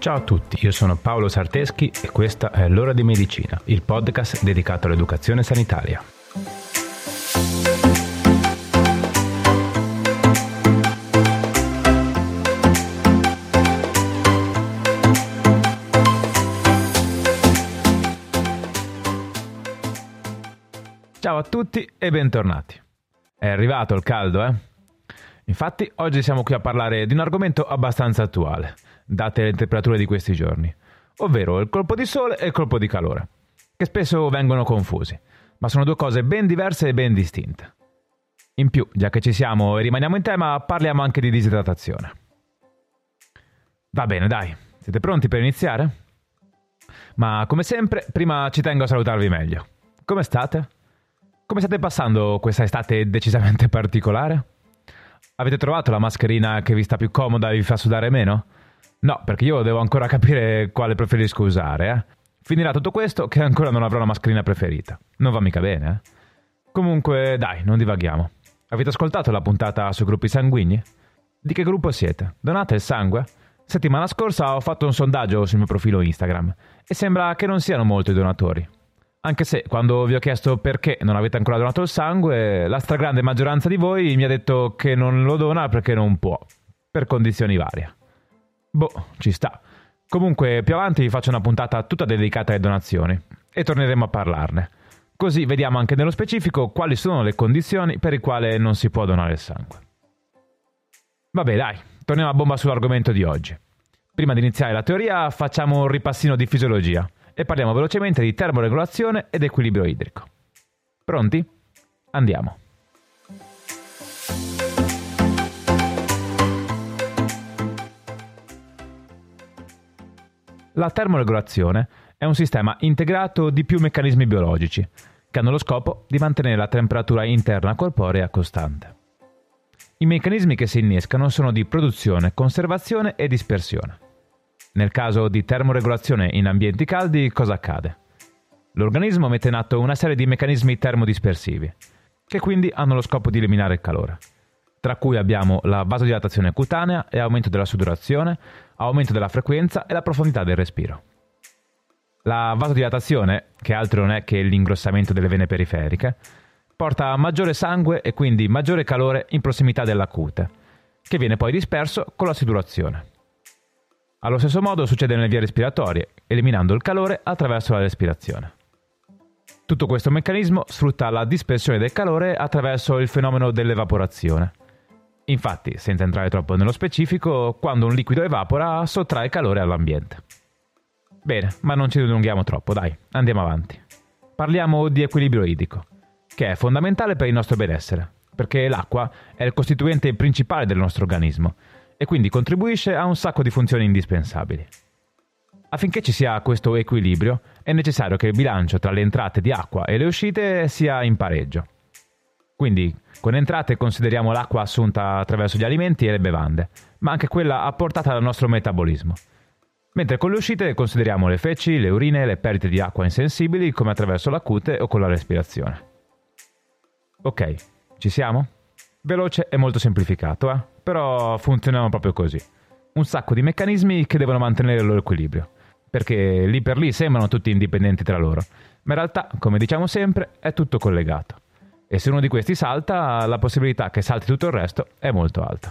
Ciao a tutti, io sono Paolo Sarteschi e questa è L'Ora di Medicina, il podcast dedicato all'educazione sanitaria. Ciao a tutti e bentornati. È arrivato il caldo, eh? Infatti oggi siamo qui a parlare di un argomento abbastanza attuale, date le temperature di questi giorni, ovvero il colpo di sole e il colpo di calore, che spesso vengono confusi, ma sono due cose ben diverse e ben distinte. In più, già che ci siamo e rimaniamo in tema, parliamo anche di disidratazione. Va bene, dai, siete pronti per iniziare? Ma come sempre, prima ci tengo a salutarvi meglio. Come state? Come state passando questa estate decisamente particolare? Avete trovato la mascherina che vi sta più comoda e vi fa sudare meno? No, perché io devo ancora capire quale preferisco usare, eh. Finirà tutto questo che ancora non avrò una mascherina preferita. Non va mica bene, eh. Comunque, dai, non divaghiamo. Avete ascoltato la puntata sui gruppi sanguigni? Di che gruppo siete? Donate il sangue? Settimana scorsa ho fatto un sondaggio sul mio profilo Instagram e sembra che non siano molti i donatori. Anche se, quando vi ho chiesto perché non avete ancora donato il sangue, la stragrande maggioranza di voi mi ha detto che non lo dona perché non può, per condizioni varie. Boh, ci sta. Comunque, più avanti vi faccio una puntata tutta dedicata alle donazioni e torneremo a parlarne. Così vediamo anche nello specifico quali sono le condizioni per le quali non si può donare il sangue. Vabbè, dai, torniamo a bomba sull'argomento di oggi. Prima di iniziare la teoria, facciamo un ripassino di fisiologia e parliamo velocemente di termoregolazione ed equilibrio idrico. Pronti? Andiamo. La termoregolazione è un sistema integrato di più meccanismi biologici che hanno lo scopo di mantenere la temperatura interna corporea costante. I meccanismi che si innescano sono di produzione, conservazione e dispersione. Nel caso di termoregolazione in ambienti caldi, cosa accade? L'organismo mette in atto una serie di meccanismi termodispersivi, che quindi hanno lo scopo di eliminare il calore, tra cui abbiamo la vasodilatazione cutanea e aumento della sudorazione, aumento della frequenza e la profondità del respiro. La vasodilatazione, che altro non è che l'ingrossamento delle vene periferiche, porta a maggiore sangue e quindi maggiore calore in prossimità della cute, che viene poi disperso con la sudorazione. Allo stesso modo succede nelle vie respiratorie, eliminando il calore attraverso la respirazione. Tutto questo meccanismo sfrutta la dispersione del calore attraverso il fenomeno dell'evaporazione. Infatti, senza entrare troppo nello specifico, quando un liquido evapora, sottrae calore all'ambiente. Bene, ma non ci dilunghiamo troppo, dai, andiamo avanti. Parliamo di equilibrio idrico, che è fondamentale per il nostro benessere, perché l'acqua è il costituente principale del nostro organismo, e quindi contribuisce a un sacco di funzioni indispensabili. Affinché ci sia questo equilibrio, è necessario che il bilancio tra le entrate di acqua e le uscite sia in pareggio. Quindi, con entrate consideriamo l'acqua assunta attraverso gli alimenti e le bevande, ma anche quella apportata dal nostro metabolismo. Mentre con le uscite consideriamo le feci, le urine e le perdite di acqua insensibili come attraverso la cute o con la respirazione. Ok, ci siamo? Veloce e molto semplificato, Però funzionano proprio così. Un sacco di meccanismi che devono mantenere il loro equilibrio, perché lì per lì sembrano tutti indipendenti tra loro, ma in realtà, come diciamo sempre, è tutto collegato. E se uno di questi salta, la possibilità che salti tutto il resto è molto alta.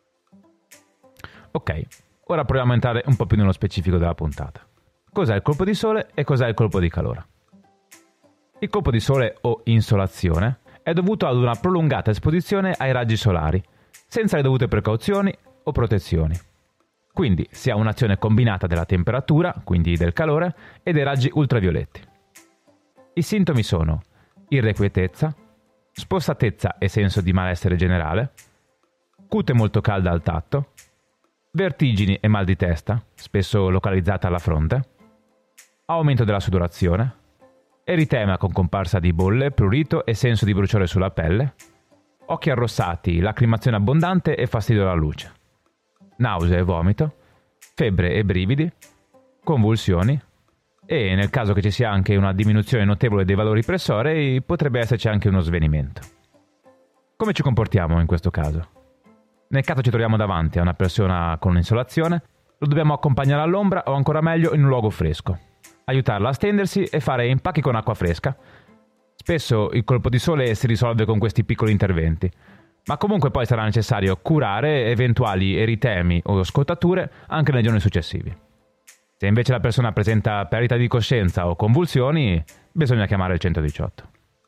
Ok, ora proviamo a entrare un po' più nello specifico della puntata. Cos'è il colpo di sole e cos'è il colpo di calore? Il colpo di sole o insolazione è dovuto ad una prolungata esposizione ai raggi solari, senza le dovute precauzioni o protezioni. Quindi si ha un'azione combinata della temperatura, quindi del calore, e dei raggi ultravioletti. I sintomi sono irrequietezza, spossatezza e senso di malessere generale, cute molto calda al tatto, vertigini e mal di testa, spesso localizzata alla fronte, aumento della sudorazione, eritema con comparsa di bolle, prurito e senso di bruciore sulla pelle, occhi arrossati, lacrimazione abbondante e fastidio alla luce, nausea e vomito, febbre e brividi, convulsioni e, nel caso che ci sia anche una diminuzione notevole dei valori pressori, potrebbe esserci anche uno svenimento. Come ci comportiamo in questo caso? Nel caso ci troviamo davanti a una persona con insolazione, lo dobbiamo accompagnare all'ombra o ancora meglio in un luogo fresco, aiutarlo a stendersi e fare impacchi con acqua fresca. Spesso il colpo di sole si risolve con questi piccoli interventi, ma comunque poi sarà necessario curare eventuali eritemi o scottature anche nei giorni successivi. Se invece la persona presenta perdita di coscienza o convulsioni, bisogna chiamare il 118.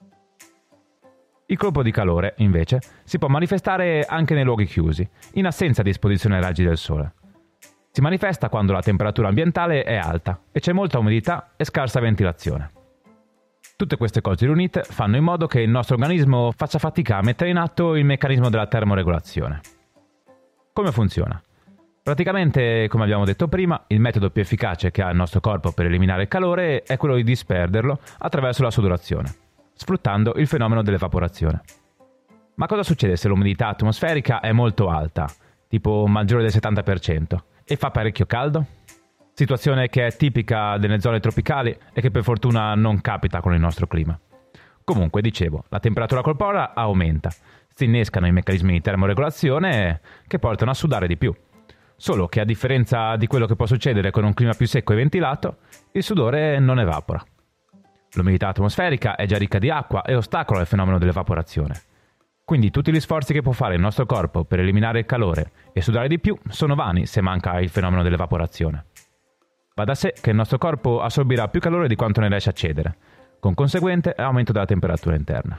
Il colpo di calore, invece, si può manifestare anche nei luoghi chiusi, in assenza di esposizione ai raggi del sole. Si manifesta quando la temperatura ambientale è alta e c'è molta umidità e scarsa ventilazione. Tutte queste cose riunite fanno in modo che il nostro organismo faccia fatica a mettere in atto il meccanismo della termoregolazione. Come funziona? Praticamente, come abbiamo detto prima, il metodo più efficace che ha il nostro corpo per eliminare il calore è quello di disperderlo attraverso la sudorazione, sfruttando il fenomeno dell'evaporazione. Ma cosa succede se l'umidità atmosferica è molto alta, tipo maggiore del 70%, e fa parecchio caldo? Situazione che è tipica delle zone tropicali e che per fortuna non capita con il nostro clima. Comunque, dicevo, la temperatura corporea aumenta, si innescano i meccanismi di termoregolazione che portano a sudare di più. Solo che a differenza di quello che può succedere con un clima più secco e ventilato, il sudore non evapora. L'umidità atmosferica è già ricca di acqua e ostacola il fenomeno dell'evaporazione. Quindi tutti gli sforzi che può fare il nostro corpo per eliminare il calore e sudare di più sono vani se manca il fenomeno dell'evaporazione. Va da sé che il nostro corpo assorbirà più calore di quanto ne riesce a cedere, con conseguente aumento della temperatura interna.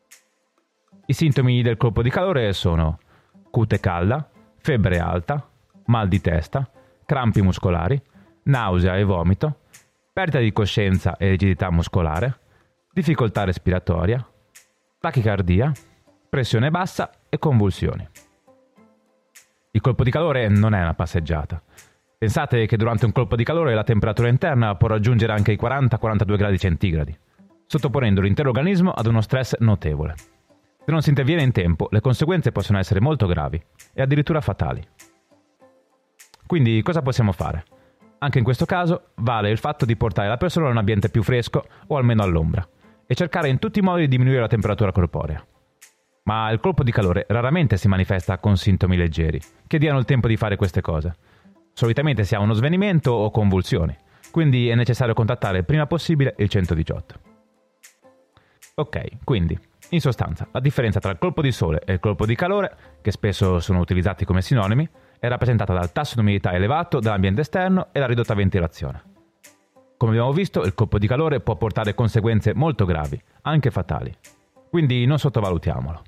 I sintomi del colpo di calore sono cute calda, febbre alta, mal di testa, crampi muscolari, nausea e vomito, perdita di coscienza e rigidità muscolare, difficoltà respiratoria, tachicardia, pressione bassa e convulsioni. Il colpo di calore non è una passeggiata. Pensate che durante un colpo di calore la temperatura interna può raggiungere anche i 40-42 gradi centigradi, sottoponendo l'intero organismo ad uno stress notevole. Se non si interviene in tempo, le conseguenze possono essere molto gravi e addirittura fatali. Quindi cosa possiamo fare? Anche in questo caso vale il fatto di portare la persona in un ambiente più fresco o almeno all'ombra e cercare in tutti i modi di diminuire la temperatura corporea. Ma il colpo di calore raramente si manifesta con sintomi leggeri, che diano il tempo di fare queste cose. Solitamente si ha uno svenimento o convulsioni, quindi è necessario contattare il prima possibile il 118. Ok, quindi, in sostanza, la differenza tra il colpo di sole e il colpo di calore, che spesso sono utilizzati come sinonimi, è rappresentata dal tasso di umidità elevato dell'ambiente esterno e la ridotta ventilazione. Come abbiamo visto, il colpo di calore può portare conseguenze molto gravi, anche fatali. Quindi non sottovalutiamolo.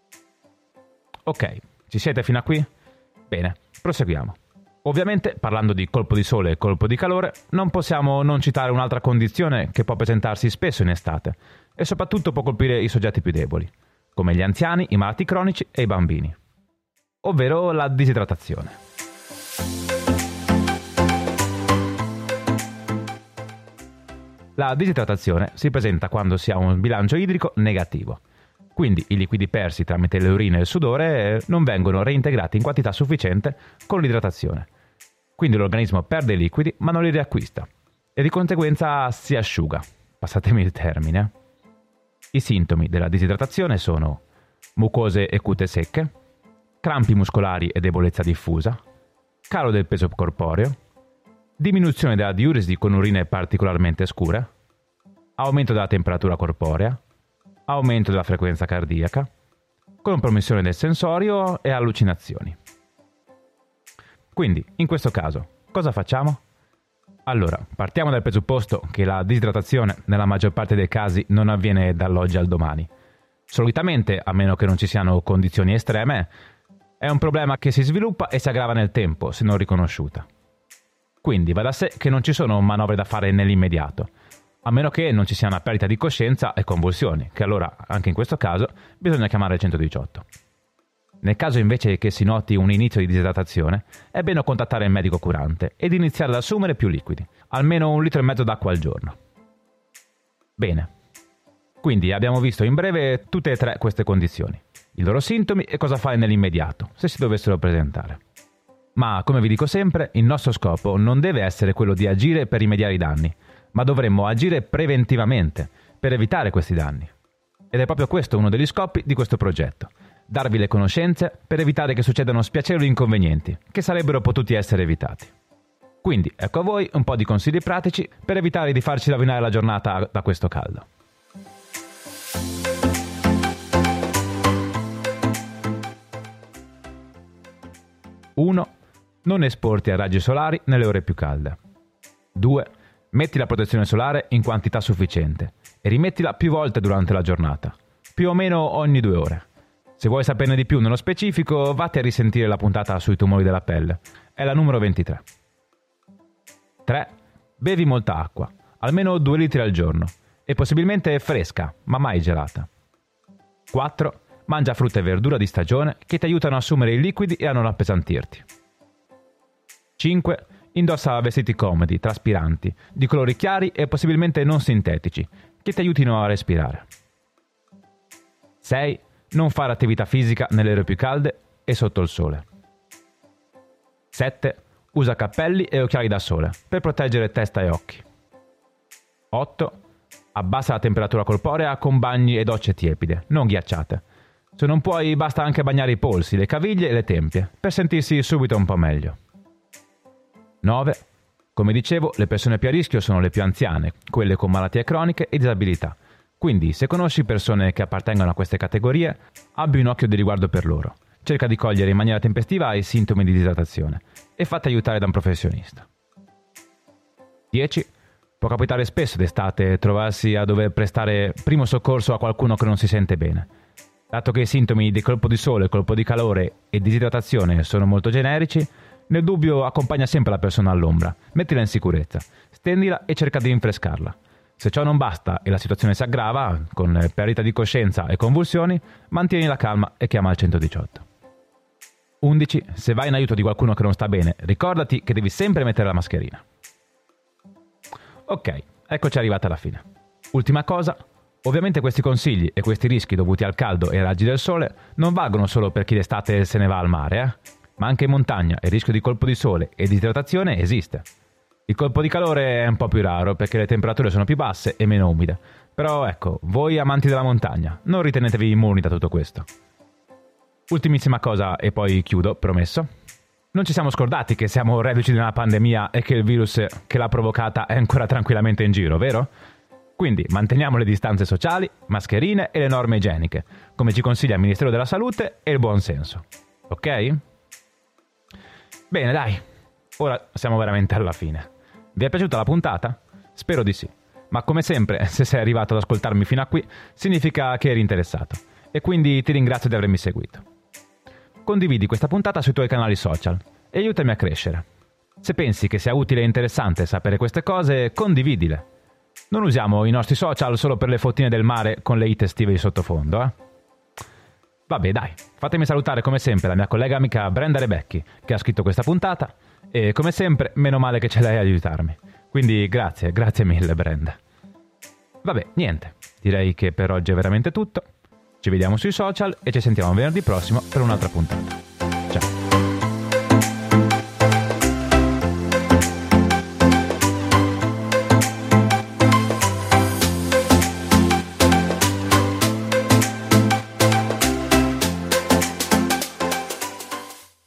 Ok, ci siete fino a qui? Bene, proseguiamo. Ovviamente, parlando di colpo di sole e colpo di calore, non possiamo non citare un'altra condizione che può presentarsi spesso in estate e soprattutto può colpire i soggetti più deboli, come gli anziani, i malati cronici e i bambini, ovvero la disidratazione. La disidratazione si presenta quando si ha un bilancio idrico negativo, quindi i liquidi persi tramite le urine e il sudore non vengono reintegrati in quantità sufficiente con l'idratazione. Quindi l'organismo perde i liquidi ma non li riacquista e di conseguenza si asciuga, passatemi il termine. I sintomi della disidratazione sono mucose e cute secche, crampi muscolari e debolezza diffusa, calo del peso corporeo, diminuzione della diuresi con urine particolarmente scure, aumento della temperatura corporea, aumento della frequenza cardiaca, compromissione del sensorio e allucinazioni. Quindi, in questo caso, cosa facciamo? Allora, partiamo dal presupposto che la disidratazione nella maggior parte dei casi non avviene dall'oggi al domani. Solitamente, a meno che non ci siano condizioni estreme, è un problema che si sviluppa e si aggrava nel tempo, se non riconosciuta. Quindi va da sé che non ci sono manovre da fare nell'immediato, a meno che non ci sia una perdita di coscienza e convulsioni, che allora, anche in questo caso, bisogna chiamare il 118. Nel caso invece che si noti un inizio di disidratazione, è bene contattare il medico curante ed iniziare ad assumere più liquidi, almeno 1,5 litri d'acqua al giorno. Bene, quindi abbiamo visto in breve tutte e tre queste condizioni, i loro sintomi e cosa fare nell'immediato, se si dovessero presentare. Ma, come vi dico sempre, il nostro scopo non deve essere quello di agire per rimediare i danni, ma dovremmo agire preventivamente, per evitare questi danni. Ed è proprio questo uno degli scopi di questo progetto, darvi le conoscenze per evitare che succedano spiacevoli inconvenienti, che sarebbero potuti essere evitati. Quindi ecco a voi un po' di consigli pratici per evitare di farci rovinare la giornata da questo caldo. Uno, non esporti ai raggi solari nelle ore più calde. 2. Metti la protezione solare in quantità sufficiente e rimettila più volte durante la giornata, più o meno ogni 2 ore. Se vuoi saperne di più nello specifico, vatti a risentire la puntata sui tumori della pelle. È la numero 23. 3. Bevi molta acqua, almeno 2 litri al giorno, e possibilmente fresca, ma mai gelata. 4. Mangia frutta e verdura di stagione che ti aiutano a assumere i liquidi e a non appesantirti. 5. Indossa vestiti comodi, traspiranti, di colori chiari e possibilmente non sintetici, che ti aiutino a respirare. 6. Non fare attività fisica nelle ore più calde e sotto il sole. 7. Usa cappelli e occhiali da sole per proteggere testa e occhi. 8. Abbassa la temperatura corporea con bagni e docce tiepide, non ghiacciate. Se non puoi, basta anche bagnare i polsi, le caviglie e le tempie, per sentirsi subito un po' meglio. 9. Come dicevo, le persone più a rischio sono le più anziane, quelle con malattie croniche e disabilità. Quindi, se conosci persone che appartengono a queste categorie, abbi un occhio di riguardo per loro. Cerca di cogliere in maniera tempestiva i sintomi di disidratazione e fatti aiutare da un professionista. 10. Può capitare spesso d'estate trovarsi a dover prestare primo soccorso a qualcuno che non si sente bene. Dato che i sintomi di colpo di sole, colpo di calore e disidratazione sono molto generici, nel dubbio accompagna sempre la persona all'ombra, mettila in sicurezza, stendila e cerca di rinfrescarla. Se ciò non basta e la situazione si aggrava, con perdita di coscienza e convulsioni, mantieni la calma e chiama il 118. 11. Se vai in aiuto di qualcuno che non sta bene, ricordati che devi sempre mettere la mascherina. Ok, eccoci arrivati alla fine. Ultima cosa. Ovviamente questi consigli e questi rischi dovuti al caldo e ai raggi del sole non valgono solo per chi d'estate se ne va al mare, ma anche in montagna il rischio di colpo di sole e di idratazione esiste. Il colpo di calore è un po' più raro perché le temperature sono più basse e meno umide, però ecco, voi amanti della montagna, non ritenetevi immuni da tutto questo. Ultimissima cosa e poi chiudo, promesso. Non ci siamo scordati che siamo reduci di una pandemia e che il virus che l'ha provocata è ancora tranquillamente in giro, vero? Quindi manteniamo le distanze sociali, mascherine e le norme igieniche, come ci consiglia il Ministero della Salute e il buon senso. Ok? Bene, dai. Ora siamo veramente alla fine. Vi è piaciuta la puntata? Spero di sì. Ma come sempre, se sei arrivato ad ascoltarmi fino a qui, significa che eri interessato. E quindi ti ringrazio di avermi seguito. Condividi questa puntata sui tuoi canali social e aiutami a crescere. Se pensi che sia utile e interessante sapere queste cose, condividile. Non usiamo i nostri social solo per le fotine del mare con le hit estive di sottofondo, eh? Vabbè, dai, fatemi salutare come sempre la mia collega amica Brenda Rebecchi, che ha scritto questa puntata, e come sempre, meno male che ce l'hai a aiutarmi. Quindi grazie mille Brenda. Vabbè, niente, direi che per oggi è veramente tutto. Ci vediamo sui social e ci sentiamo venerdì prossimo per un'altra puntata.